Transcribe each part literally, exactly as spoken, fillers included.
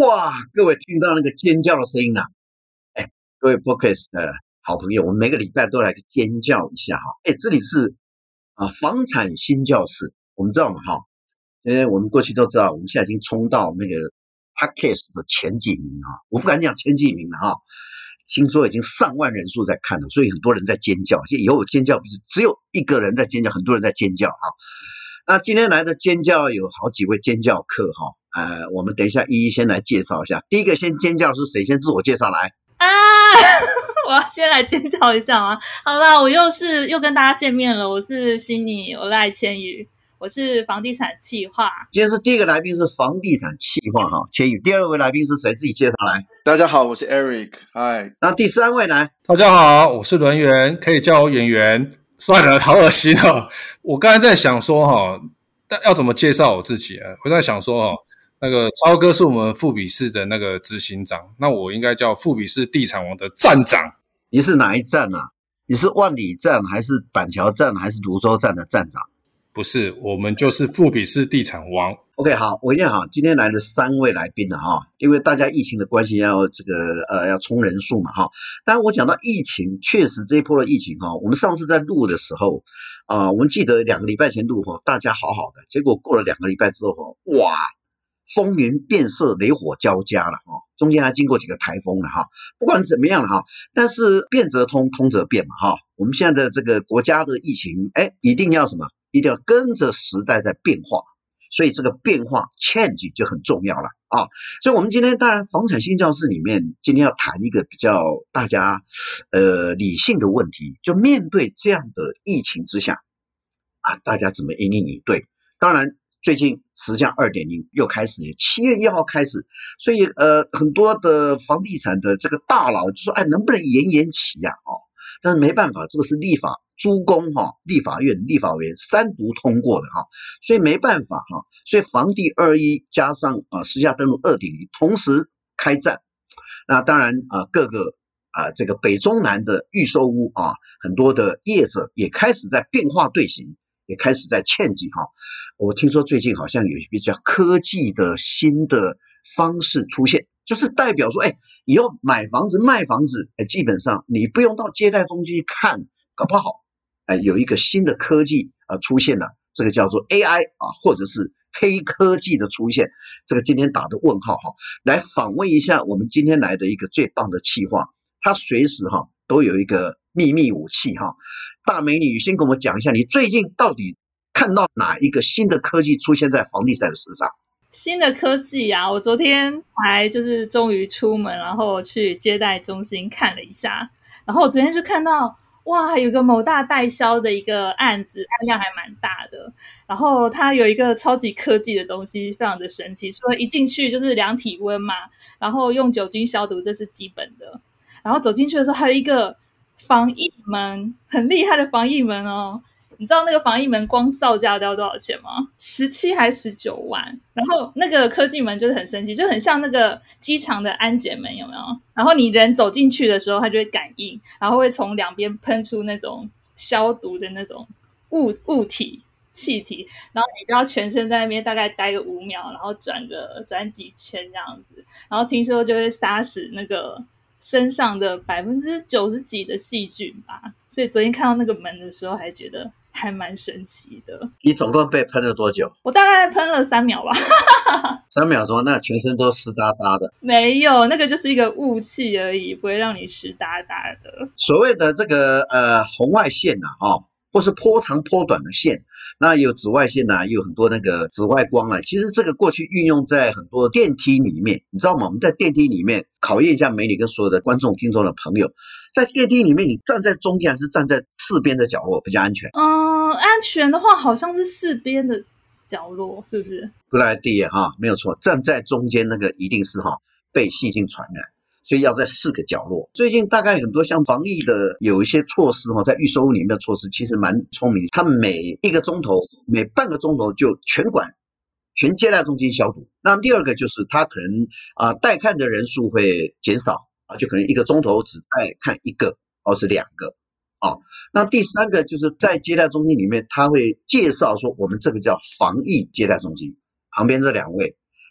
哇，各位听到那个尖叫的声音啊，哎，各位 Podcast 的好朋友，我们每个礼拜都来个尖叫一下哈。哎，这里是啊房产新教室，我们知道嘛哈，因为我们过去都知道，我们现在已经冲到那个 Podcast 的前几名啊，我不敢讲前几名了哈，听说已经上万人数在看了，所以很多人在尖叫。以后尖叫不是只有一个人在尖叫，很多人在尖叫哈。那今天来的尖叫有好几位尖叫客哈，呃，我们等一下一一先来介绍一下。第一个先尖叫是谁？先自我介绍来。 啊！我要先来尖叫一下吗？好吧，我又是又跟大家见面了，我是悉尼，我赖千羽，我是房地产企划。 今天是第一个来宾是房地产企划哈，千羽。第二位来宾是谁？自己介绍来。 大家好，我是 Eric， 嗨。 那第三位来。 大家好，我是轮圆，可以叫我演员。算了，好恶心哦！我刚才在想说哈，要怎么介绍我自己啊？我在想说哈，那个超哥是我们富比士的那个执行长，那我应该叫富比士地产王的站长。 你是哪一站啊？你是万里站还是板桥站还是泸州站的站长？ 不是，我们就是富比士地产王。 OK， 好，我一样好，今天来了三位来宾了哈，因为大家疫情的关系要这个呃要冲人数嘛哈。当然我讲到疫情，确实这一波的疫情哈，我们上次在录的时候啊、呃，我们记得两个礼拜前录哈，大家好好的，结果过了两个礼拜之后哈，哇，风云变色，雷火交加了哈，中间还经过几个台风了哈。不管怎么样了哈，但是变则通，通则变嘛哈。我们现在的这个国家的疫情，哎，一定要什么？一定要跟着时代在变化。所以这个变化 change 就很重要了啊！所以我们今天当然房产新教室里面今天要谈一个比较大家呃理性的问题，就面对这样的疫情之下啊，大家怎么因应应对？当然最近实价 二点零 又开始，七月一号开始，所以呃很多的房地产的这个大佬就说，哎，能不能延延期啊？哦，但是没办法，这个是立法。诸公哈，立法院、立法委员三读通过的哈，所以没办法哈，所以房地二一加上啊实价登录 二点零 同时开战，那当然啊各个啊这个北中南的预售屋啊，很多的业者也开始在变化队形，也开始在欠计哈。我听说最近好像有比较科技的新的方式出现，就是代表说，哎，以后买房子、卖房子，哎，基本上你不用到接待中心去看，搞不好。呃、有一个新的科技呃出现了，这个叫做 A I 啊，或者是黑科技的出现，这个今天打的问号哈，来访问一下我们今天来的一个最棒的企划，他随时哈都有一个秘密武器哈。大美女先跟我们讲一下，你最近到底看到哪一个新的科技出现在房地产的市场？ 新的科技啊，我昨天才就是终于出门，然后去接待中心看了一下，然后我昨天就看到。哇，有个某大代销的一个案子，案量还蛮大的。然后它有一个超级科技的东西，非常的神奇。除了一进去就是量体温嘛，然后用酒精消毒，这是基本的。然后走进去的时候，还有一个防疫门，很厉害的防疫门哦。你知道那个防疫门光造价要多少钱吗？十七还十九万。然后那个科技门就是很神奇，就很像那个机场的安检门，有没有？然后你人走进去的时候，它就会感应，然后会从两边喷出那种消毒的那种物物体气体，然后你就要全身在那边大概待个五秒，然后转个转几圈这样子，然后听说就会杀死那个身上的百分之九十几的细菌吧。所以昨天看到那个门的时候，还觉得还蛮神奇的。 你总共被喷了多久？ 我大概喷了三秒吧。 三秒钟，那全身都湿哒哒的？ 没有，那个就是一个雾气而已，不会让你湿哒哒的。 所谓的这个呃红外线呐、啊，哦，或是波长波短的线，那有紫外线呐、啊，也有很多那个紫外光啊。其实这个过去运用在很多电梯里面，你知道吗？我们在电梯里面考验一下美女跟所有的观众听众的朋友。在电梯里面，你站在中间还是站在四边的角落比较安全？ 嗯，安全的话好像是四边的角落，是不是？ 不来第哈，没有错，站在中间那个一定是哈被细菌传染，所以要在四个角落。最近大概很多像防疫的有一些措施哈，在预售屋里面的措施其实蛮聪明，他每一个钟头、每半个钟头就全馆全接待中心消毒。那第二个就是他可能啊带看的人数会减少。啊，就可能一个钟头只带看一个，或是两个，啊，那第三个就是在接待中心里面，他会介绍说我们这个叫防疫接待中心，旁边这两位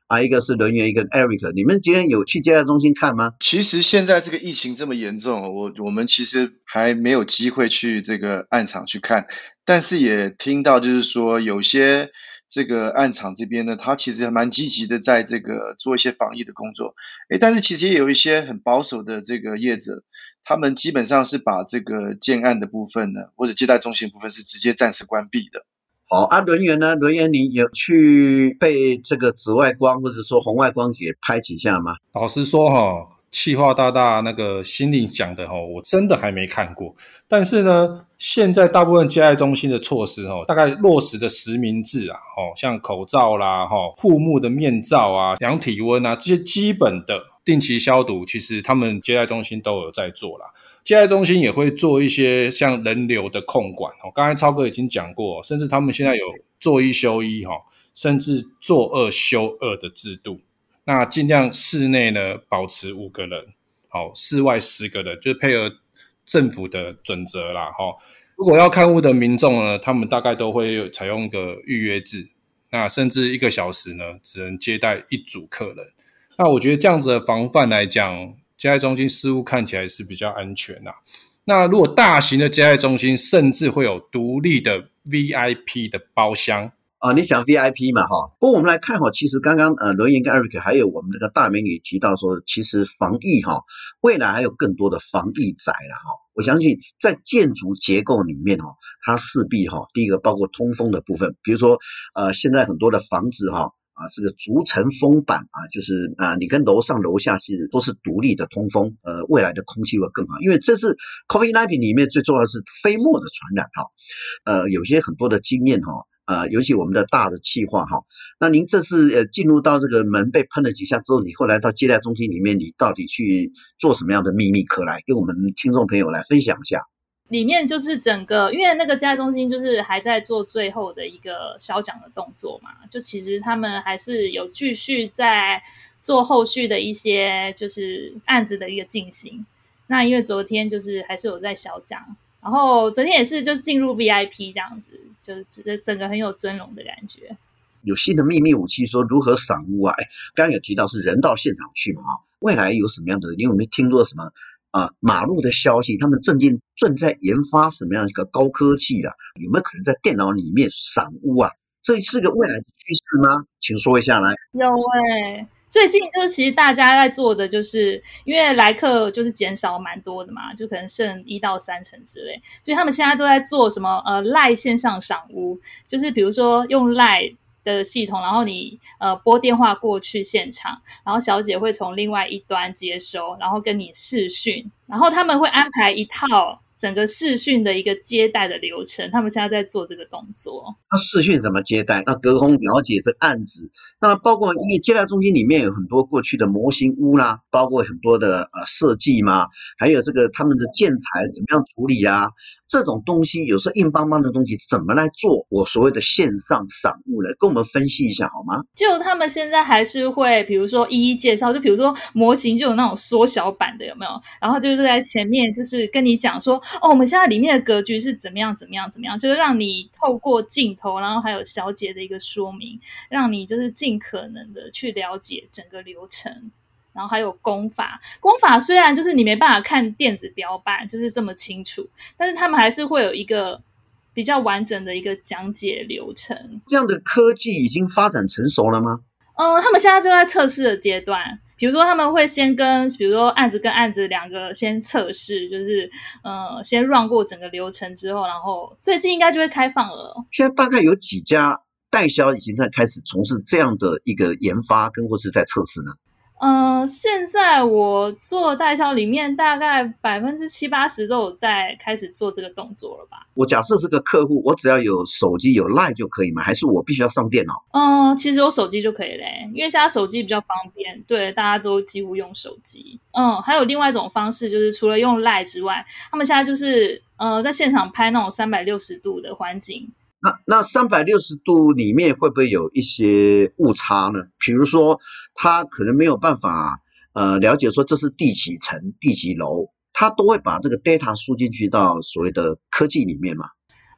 啊，一个是轮圆，一个 Eric， 你们今天有去接待中心看吗？ 其实现在这个疫情这么严重，我我们其实还没有机会去这个案场去看，但是也听到就是说有些这个案场这边呢，他其实还蛮积极的在这个做一些防疫的工作，诶，但是其实也有一些很保守的这个业者，他们基本上是把这个建案的部分呢，或者接待中心的部分是直接暂时关闭的。 好啊，轮圆呢？轮圆你有去被这个紫外光或者说红外光给拍几下吗？ 老实说哈，企划大大那个心里讲的哈，我真的还没看过。但是呢，现在大部分接待中心的措施哈，大概落实的实名制啊，哦，像口罩啦、哈护目的面罩啊、量体温啊这些基本的定期消毒，其实他们接待中心都有在做啦。接待中心也会做一些像人流的控管，刚才超哥已经讲过，甚至他们现在有做一休一，甚至做二休二的制度。那尽量室内呢保持五个人，好，室外十个人，就是配合政府的准则啦。如果要看屋的民众呢，他们大概都会采用一个预约制，那甚至一个小时呢只能接待一组客人。那我觉得这样子的防范来讲，接待中心似乎看起来是比较安全啦。那如果大型的接待中心甚至会有独立的 V I P 的包厢啊，你想 V I P 嘛哈？不过我们来看哈，其实刚刚呃轮圆跟 Eric 还有我们这个大美女提到说，其实防疫哈，未来还有更多的防疫宅啦哈。我相信在建筑结构里面哈，它势必哈，第一个包括通风的部分，比如说呃现在很多的房子哈。啊，这个逐层封板啊，就是啊，你跟楼上楼下是都是独立的通风，呃，未来的空气会更好，因为这是 COVID 十九 里面最重要的是飞沫的传染哈，呃，有些很多的经验哈，呃，尤其我们的大的企划哈，那您这次呃进入到这个门被喷了几下之后，你后来到接待中心里面，你到底去做什么样的秘密课来，跟我们听众朋友来分享一下？ 里面就是整个，因为那个接待中心就是还在做最后的一个销奖的动作嘛，就其实他们还是有继续在做后续的一些就是案子的一个进行。那因为昨天就是还是有在销奖，然后昨天也是就进入 V I P 这样子，就整个很有尊荣的感觉。 有新的秘密武器说如何赏屋啊？刚刚有提到是人到现场去嘛哈，未来有什么样的？你有没有听过什么？啊，马路的消息，他们正进正在研发什么样一个高科技啦？有没有可能在电脑里面赏屋啊？这是个未来的趋势吗？请说一下来。 有诶、欸，最近就是其实大家在做的，就是因为来客就是减少蛮多的嘛，就可能剩一到三成之类，所以他们现在都在做什么呃赖线上赏屋，就是比如说用赖的系统，然后你呃拨电话过去现场，然后小姐会从另外一端接收，然后跟你视讯，然后他们会安排一套整个视讯的一个接待的流程，他们现在在做这个动作。 那视讯怎么接待？那隔空了解这个案子，那包括因为接待中心里面有很多过去的模型屋啦，包括很多的呃设计嘛，还有这个他们的建材怎么样处理啊？这种东西有时候硬邦邦的东西怎么来做？我所谓的线上赏物呢，跟我们分析一下好吗？ 就他们现在还是会，比如说一一介绍，就比如说模型就有那种缩小版的，有没有？然后就是在前面就是跟你讲说，哦，我们现在里面的格局是怎么样怎么样怎么样，就是让你透过镜头，然后还有小姐的一个说明，让你就是尽可能的去了解整个流程。然后还有工法，工法虽然就是你没办法看电子标板就是这么清楚，但是他们还是会有一个比较完整的一个讲解流程。 这样的科技已经发展成熟了吗？ 嗯，他们现在就在测试的阶段，比如说他们会先跟比如说案子跟案子两个先测试，就是呃先 run 过整个流程之后，然后最近应该就会开放了。 现在大概有几家代销已经在开始从事这样的一个研发跟或是在测试呢？ 呃，现在我做代销里面大概百分之七八十都有在开始做这个动作了吧。 我假设这个客户，我只要有手机有 LINE 就可以吗？还是我必须要上电脑？ 嗯，其实有手机就可以嘞，因为现在手机比较方便，对，大家都几乎用手机。嗯，还有另外一种方式，就是除了用 LINE 之外，他们现在就是呃在现场拍那种三百六十度的环景。 那那三百六十度里面会不会有一些误差呢？比如说他可能没有办法呃了解说这是第几层第几楼，他都会把这个 data 输进去到所谓的科技里面嘛？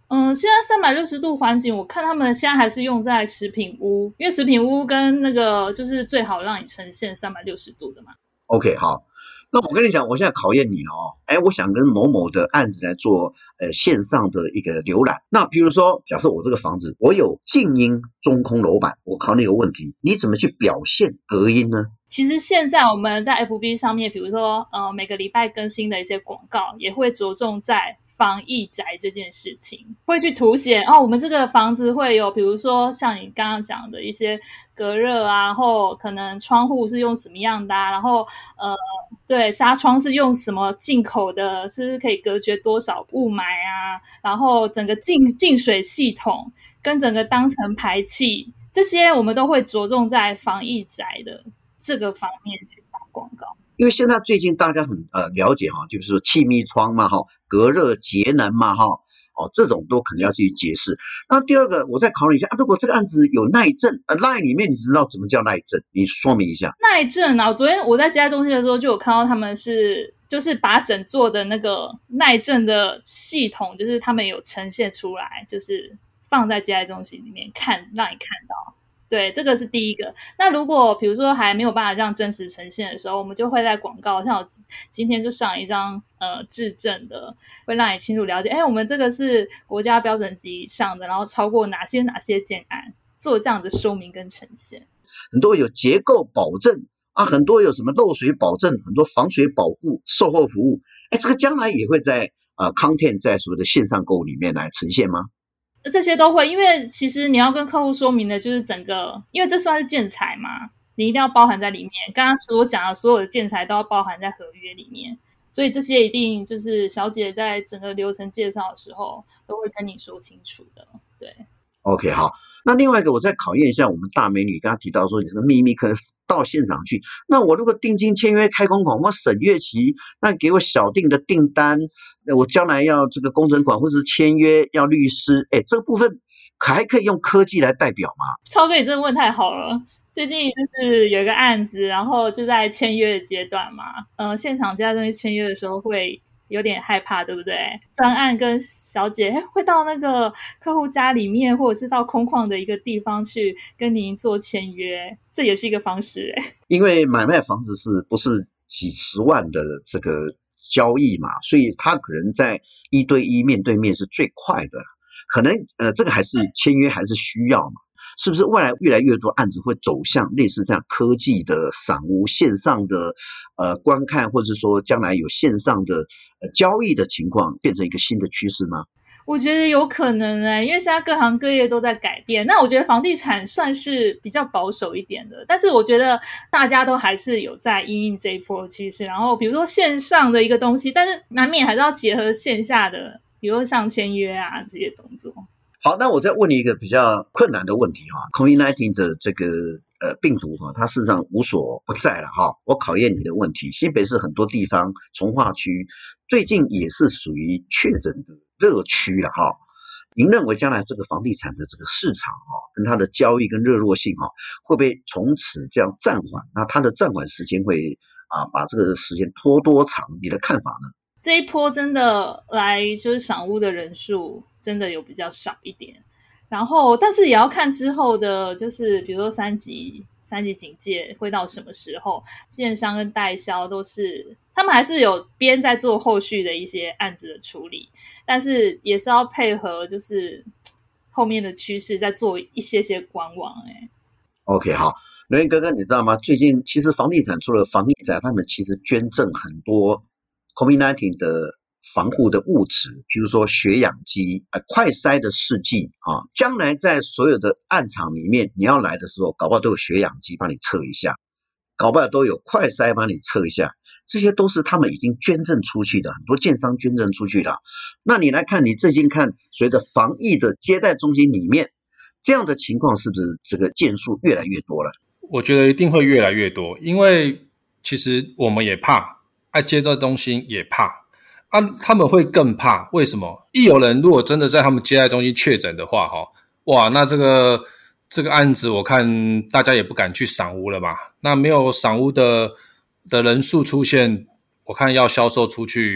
嗯，现在三百六十度环境，我看他们现在还是用在食品屋，因为食品屋跟那个就是最好让你呈现三百六十度的嘛。 OK， 好。那我跟你讲，我现在考验你了哦。哎，我想跟某某的案子来做呃线上的一个浏览。那比如说，假设我这个房子我有静音中空楼板，我考你一个问题，你怎么去表现隔音呢？ 其实现在我们在 F B 上面，比如说呃每个礼拜更新的一些广告，也会着重在防疫宅这件事情，会去凸显哦，我们这个房子会有，比如说像你刚刚讲的一些隔热啊，然后可能窗户是用什么样的啊，然后呃，对，纱窗是用什么进口的，是不是可以隔绝多少雾霾啊，然后整个净净水系统跟整个当层排气，这些我们都会着重在防疫宅的这个方面去打广告。 因为现在最近大家很呃了解哈，就是说气密窗嘛哈，隔热节能嘛哈，哦这种都可能要去解释。那第二个，我再考虑一下，啊、如果这个案子有耐震，呃 ，line 里面你知道怎么叫耐震？你说明一下。 耐震啊，我昨天我在接待中心的时候就有看到他们是就是把整座的那个耐震的系统，就是他们有呈现出来，就是放在接待中心里面看，让你看到。对，这个是第一个。那如果比如说还没有办法这样真实呈现的时候，我们就会在广告，像我今天就上一张呃质证的，会让你清楚了解，哎，我们这个是国家标准级以上的，然后超过哪些哪些建案，做这样的说明跟呈现。 很多有结构保证啊，很多有什么漏水保证，很多防水保护、售后服务，哎，这个将来也会在呃 content 在所谓的线上购物里面来呈现吗？ 这些都会，因为其实你要跟客户说明的就是整个，因为这算是建材嘛，你一定要包含在里面。刚刚所讲的所有的建材都要包含在合约里面，所以这些一定就是小姐在整个流程介绍的时候都会跟你说清楚的。对 ，OK， 好。那另外一个，我再考验一下我们大美女，刚刚提到说你这个秘密客到现场去，那我如果定金签约开工款，我审阅期，那给我小定的订单，我将来要这个工程款或者是签约要律师，哎，这个部分还可以用科技来代表吗？ 超哥，你真的问太好了。最近就是有一个案子，然后就在签约的阶段嘛，呃，现场接待中心签约的时候会有点害怕，对不对？专案跟小姐会到那个客户家里面，或者是到空旷的一个地方去跟您做签约，这也是一个方式哎。 因为买卖房子是不是几十万的这个交易嘛，所以他可能在一对一面对面是最快的，可能呃这个还是签约还是需要嘛。是不是未来越来越多案子会走向类似这样科技的赏屋线上的呃观看，或者是说将来有线上的呃交易的情况，变成一个新的趋势吗？ 我觉得有可能哎、欸，因为现在各行各业都在改变。那我觉得房地产算是比较保守一点的，但是我觉得大家都还是有在因应这一波趋势。然后比如说线上的一个东西，但是难免还是要结合线下的，比如说像签约啊这些动作。 好，那我再问你一个比较困难的问题哈 ，COVID 十九 的这个呃病毒哈，它事实上无所不在了哈。我考验你的问题，新北市很多地方，从化区最近也是属于确诊的热区了哈。您认为将来这个房地产的这个市场哈，跟它的交易跟热络性哈，会不会从此这样暂缓？那它的暂缓时间会啊把这个时间拖多长？你的看法呢？ 这一波真的来就是赏屋的人数真的有比较少一点，然后但是也要看之后的，就是比如说三级三级警戒会到什么时候，建商跟代销都是他们还是有边在做后续的一些案子的处理，但是也是要配合就是后面的趋势在做一些些观望。哎 ，OK， 好。伦哥哥，你知道吗？最近其实房地产除了房地产，他们其实捐赠很多 COVID 十九 的防护的物质，比如说血氧机、呃、快筛的试剂啊，将来在所有的案场里面，你要来的时候，搞不好都有血氧机帮你测一下，搞不好都有快筛帮你测一下，这些都是他们已经捐赠出去的，很多建商捐赠出去的。那你来看，你最近看随着防疫的接待中心里面，这样的情况是不是这个件数越来越多了？ 我觉得一定会越来越多，因为其实我们也怕，爱接待中心也怕啊，他们会更怕。为什么？一有人如果真的在他们接待中心确诊的话，哈，哇，那这个这个案子，我看大家也不敢去赏屋了嘛。那没有赏屋的的人数出现，我看要销售出去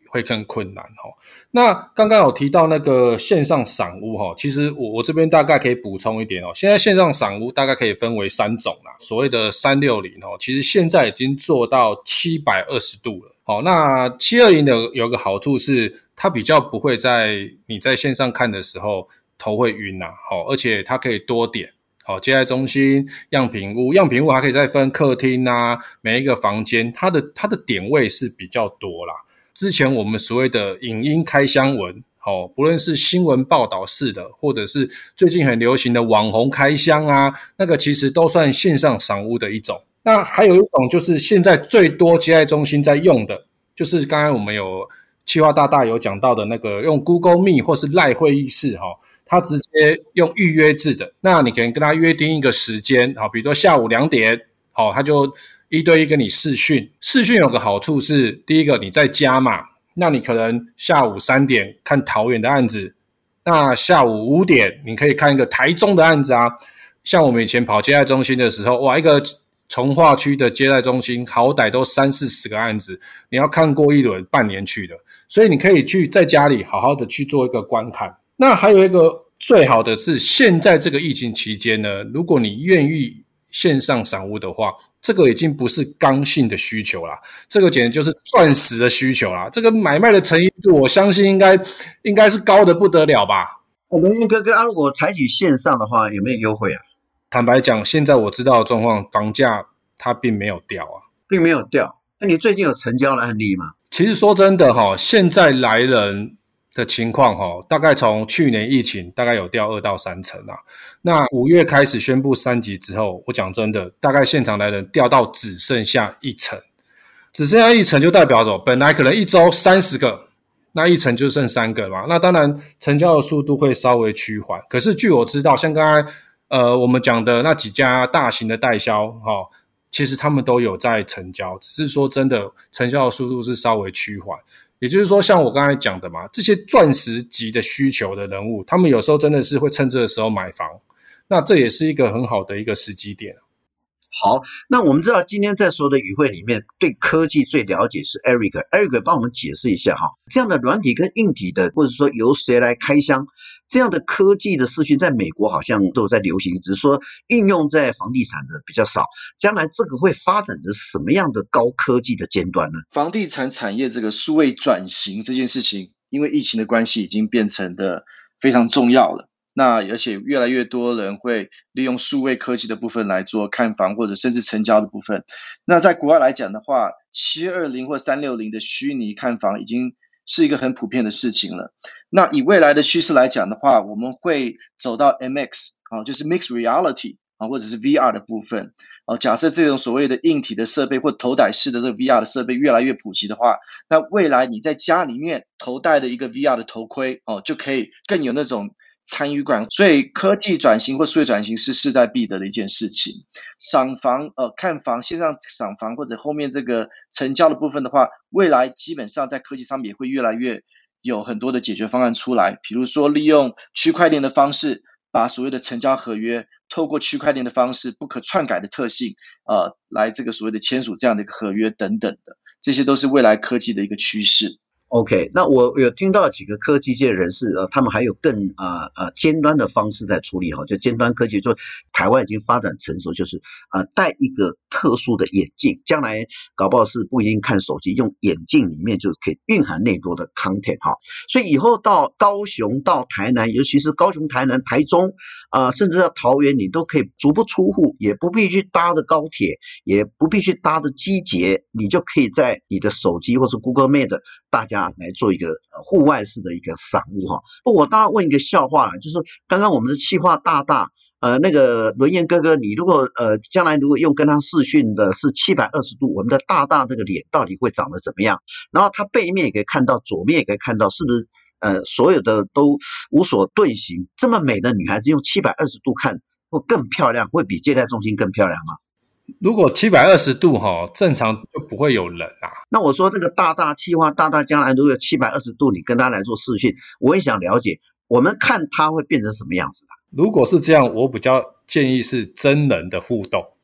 会更困难齁。那刚刚有提到那个线上赏屋齁，其实我我这边大概可以补充一点哦。现在线上赏屋大概可以分为三种啦，所谓的三六零齁，其实现在已经做到七百二十度了。好，那七二零的有个好处是，它比较不会在你在线上看的时候头会晕啊，好，而且它可以多点。好，接待中心、样品屋，样品屋还可以再分客厅啊，每一个房间，它的它的点位是比较多啦。之前我们所谓的影音开箱文，好，不论是新闻报道式的，或者是最近很流行的网红开箱啊，那个其实都算线上赏屋的一种。那还有一种就是现在最多接待中心在用的，就是刚才我们有企划大大有讲到的那个用 Google Meet 或是 LINE 会议室齁。他直接用预约制的，那你可能跟他约定一个时间，好，比如说下午两点，好，他就一对一跟你视讯。视讯有个好处是，第一个你在家嘛，那你可能下午三点看桃园的案子，那下午五点你可以看一个台中的案子啊。像我们以前跑接待中心的时候，哇，一个从化区的接待中心好歹都三四十个案子，你要看过一轮，半年去的，所以你可以去在家里好好的去做一个观看。那还有一个最好的是，现在这个疫情期间呢，如果你愿意线上赏屋的话，这个已经不是刚性的需求啦，这个简直就是钻石的需求啦。这个买卖的诚意度，我相信应该应该是高的不得了吧。 我们哥哥啊，如果采取线上的话，有没有优惠啊？ 坦白讲，现在我知道的状况，房价它并没有掉啊， 并没有掉。那你最近有成交的案例吗？ 其实说真的齁，现在来人的情况齁，大概从去年疫情大概有掉二到三成啊。那五月开始宣布三级之后，我讲真的，大概现场来人掉到只剩下一成，只剩下一成就代表什么？本来可能一周三十个，那一成就剩三个嘛。那当然成交的速度会稍微趋缓，可是据我知道，像刚才呃我们讲的那几家大型的代销齁，其实他们都有在成交，只是说真的成交的速度是稍微趋缓。也就是说，像我刚才讲的嘛，这些钻石级的需求的人物，他们有时候真的是会趁这个时候买房，那这也是一个很好的一个时机点。 好，那我们知道今天在所有的与会里面，对科技最了解是 Eric，Eric 帮我们解释一下哈，这样的软体跟硬体的，或者说由谁来开箱，这样的科技的视讯在美国好像都有在流行，只是说应用在房地产的比较少。将来这个会发展成什么样的高科技的尖端呢？ 房地产产业这个数位转型这件事情，因为疫情的关系，已经变成的非常重要了。那而且越来越多人会利用数位科技的部分来做看房或者甚至成交的部分。那在国外来讲的话，七二零或三六零的虚拟看房已经是一个很普遍的事情了。那以未来的趋势来讲的话，我们会走到 M X 啊，就是 Mixed Reality 啊，或者是 V R 的部分。啊，假设这种所谓的硬体的设备或头戴式的这个 V R 的设备越来越普及的话，那未来你在家里面头戴的一个 V R 的头盔哦，就可以更有那种参与感。所以科技转型或数位转型是势在必得的一件事情。赏房呃看房线上赏房或者后面这个成交的部分的话，未来基本上在科技上面也会越来越有很多的解决方案出来，比如说利用区块链的方式，把所谓的成交合约透过区块链的方式不可篡改的特性呃来这个所谓的签署这样的一个合约等等的，这些都是未来科技的一个趋势。 OK， 那我有听到几个科技界人士，呃，他们还有更呃呃尖端的方式在处理哈，就尖端科技，就台湾已经发展成熟，就是呃戴一个特殊的眼镜，将来搞不好是不一定看手机，用眼镜里面就可以蕴含内多的 content 哈，所以以后到高雄、到台南，尤其是高雄、台南、台中啊、呃，甚至到桃园，你都可以足不出户，也不必去搭的高铁，也不必去搭的机捷，你就可以在你的手机或是 Google Meet 大家来做一个户外式的一个赏屋哈。不过我当然问一个笑话啦，就是刚刚我们的企划大大呃那个伦彦哥哥，你如果呃将来如果用跟他视讯的是七百二十度，我们的大大这个脸到底会长得怎么样？然后他背面也可以看到，左面也可以看到，是不是呃所有的都无所遁形？这么美的女孩子用七百二十度看，会更漂亮，会比接待中心更漂亮吗？ 如果七百二十度齁，正常就不会有人啊。 那我说这个大大企划大大将来如果有七百二十度，你跟他来做视讯，我也想了解，我们看他会变成什么样子啊？ 如果是这样，我比较建议是真人的互动。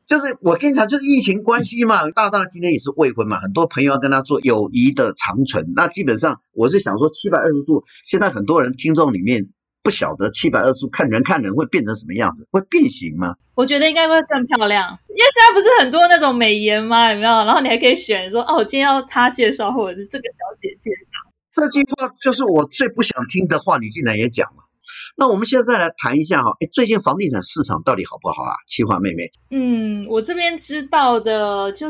就是我跟你讲，就是疫情关系嘛。大大今天也是未婚嘛，很多朋友要跟他做友谊的长存。那基本上我是想说，七百二十度，现在很多人听众里面不晓得七百二十度看人看人会变成什么样子，会变形吗？ 我觉得应该会更漂亮，因为现在不是很多那种美颜吗？有没有？然后你还可以选说，哦，我今天要他介绍，或者是这个小姐介绍。 这句话就是我最不想听的话，你竟然也讲了。那我们现在再来谈一下哈，哎，最近房地产市场到底好不好啊？企划妹妹， 嗯，我这边知道的就是，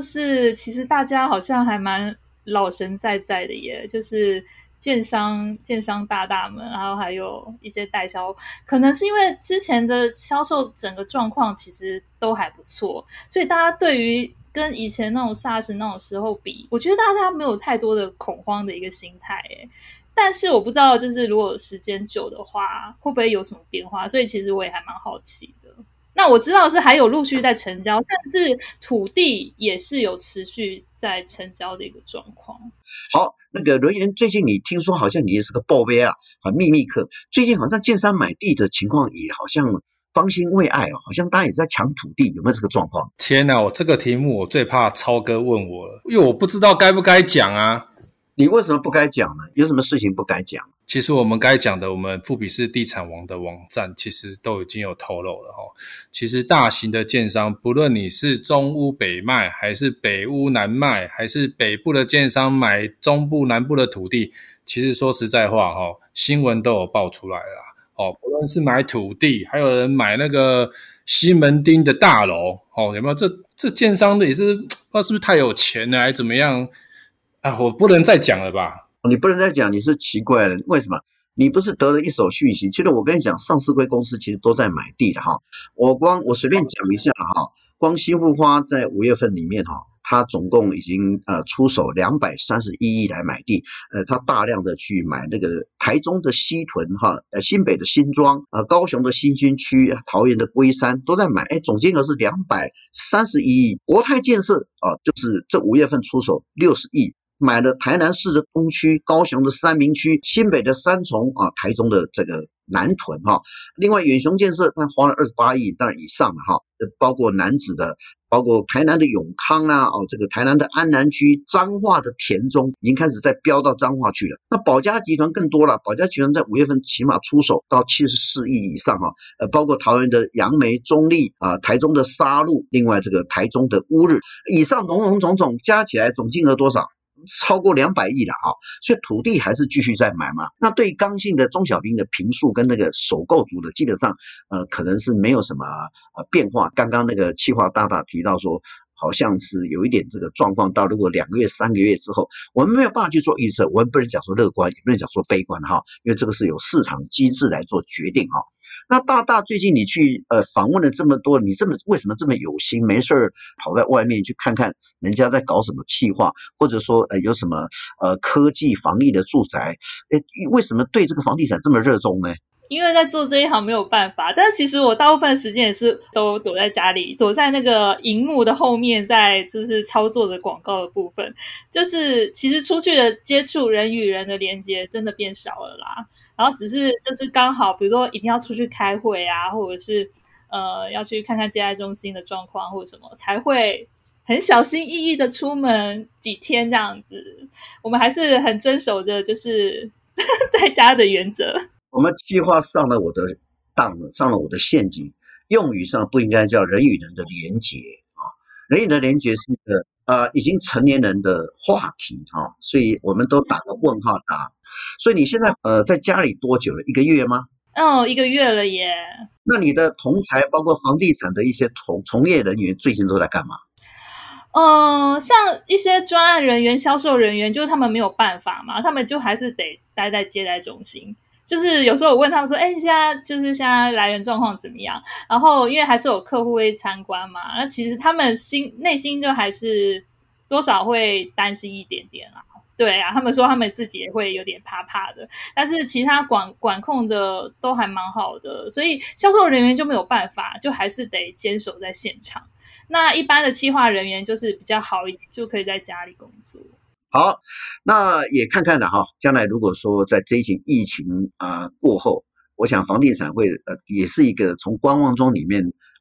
其实大家好像还蛮老神在在的耶，就是建商、建商大大们，然后还有一些代销，可能是因为之前的销售整个状况其实都还不错，所以大家对于跟以前那种 SARS 那种时候比，我觉得大家没有太多的恐慌的一个心态耶。但是我不知道，就是如果时间久的话，会不会有什么变化？所以其实我也还蛮好奇的。那我知道是还有陆续在成交，甚至土地也是有持续在成交的一个状况。 好，那个轮研，最近你听说好像你也是个报杯啊，啊秘密客，最近好像建商买地的情况也好像方兴未艾哦，好像大家也在抢土地，有没有这个状况？ 天哪，我这个题目我最怕超哥问我了，因为我不知道该不该讲啊。 你为什么不该讲呢？有什么事情不该讲？ 其实我们该讲的，我们富比士地产网的网站其实都已经有透露了齁。其实大型的建商，不论你是中屋北卖，还是北屋南卖，还是北部的建商买中部南部的土地，其实说实在话齁，新闻都有爆出来了啦。哦，不论是买土地，还有人买那个西门町的大楼，哦，有没有？这这建商的也是不知道是不是太有钱了，还怎么样？啊，我不能再讲了吧？ 你不能再讲，你是奇怪了，为什么？你不是得了一手讯息？其实我跟你讲，上市柜公司其实都在买地的哈。我光我随便讲一下哈，光新富花在五月份里面哈，它总共已经呃出手两百三十一亿来买地，呃，它大量的去买那个台中的西屯哈，呃，新北的新庄，呃，高雄的新军区，桃园的龟山都在买，哎，总金额是两百三十一亿。国泰建设啊、呃，就是这五月份出手六十亿。买了台南市的东区、高雄的三民区、新北的三重啊、台中的这个南屯哈。另外远雄建设它花了二十八亿当然以上了哈，包括楠梓的，包括台南的永康啊，哦这个台南的安南区、彰化的田中已经开始在飙到彰化去了。那宝佳集团更多了，宝佳集团在五月份起码出手到七十四亿以上哈，呃包括桃园的杨梅、中立啊、台中的沙鹿，另外这个台中的乌日，以上种种种种加起来总金额多少？超过两百亿了啊，所以土地还是继续在买嘛。那对刚性的中小坪的坪数跟那个首购族的，基本上呃可能是没有什么呃变化。刚刚那个企划大大提到说，好像是有一点这个状况，到如果两个月、三个月之后，我们没有办法去做预测，我们不能讲说乐观，也不能讲说悲观哈，因为这个是有市场机制来做决定哈。那大大最近你去呃访问了这么多，你这么为什么这么有心没事跑在外面去看看人家在搞什么企划，或者说呃有什么呃科技防疫的住宅，诶为什么对这个房地产这么热衷呢？ 因为在做这一行没有办法，但是其实我大部分时间也是都躲在家里，躲在那个荧幕的后面，在就是操作的广告的部分，就是其实出去的接触人与人的连接真的变少了啦。然后只是就是刚好，比如说一定要出去开会啊，或者是呃要去看看接待中心的状况或者什么，才会很小心翼翼的出门几天这样子。我们还是很遵守着就是在家的原则。 我们计划上了我的当，上了我的陷阱，用语上不应该叫人与人的连结啊，人与人的连结是一个呃已经成年人的话题啊，所以我们都打个问号答。所以你现在呃在家里多久了？一个月吗？ 哦，一个月了耶。 那你的同才包括房地产的一些从从业人员最近都在干嘛？ 嗯，像一些专案人员、销售人员，就是他们没有办法嘛，他们就还是得待在接待中心。就是有时候我问他们说，哎，现在就是现在来源状况怎么样？然后因为还是有客户会参观嘛，那其实他们心内心就还是多少会担心一点点啦。对啊，他们说他们自己也会有点怕怕的，但是其他管管控的都还蛮好的，所以销售人员就没有办法，就还是得坚守在现场。那一般的企划人员就是比较好一点，就可以在家里工作。 好，那也看看了哈，将来如果说在这一情疫情啊、呃、过后，我想房地产会呃也是一个从观望中里面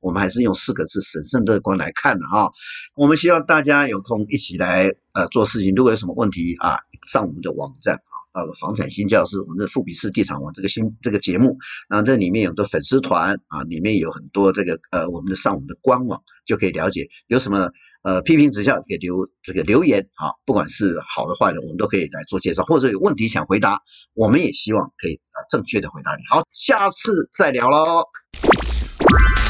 我们还是用四个字审慎乐观来看的啊。我们希望大家有空一起来呃做事情，如果有什么问题啊，上我们的网站啊，呃房产新教室，我们的富比士地产网这个新这个节目，然后这里面有很多粉丝团啊，里面有很多这个呃我们的上我们的官网就可以了解，有什么呃批评指教可以留这个留言啊，不管是好的坏的，我们都可以来做介绍，或者有问题想回答，我们也希望可以呃正确的回答你。好，下次再聊喽。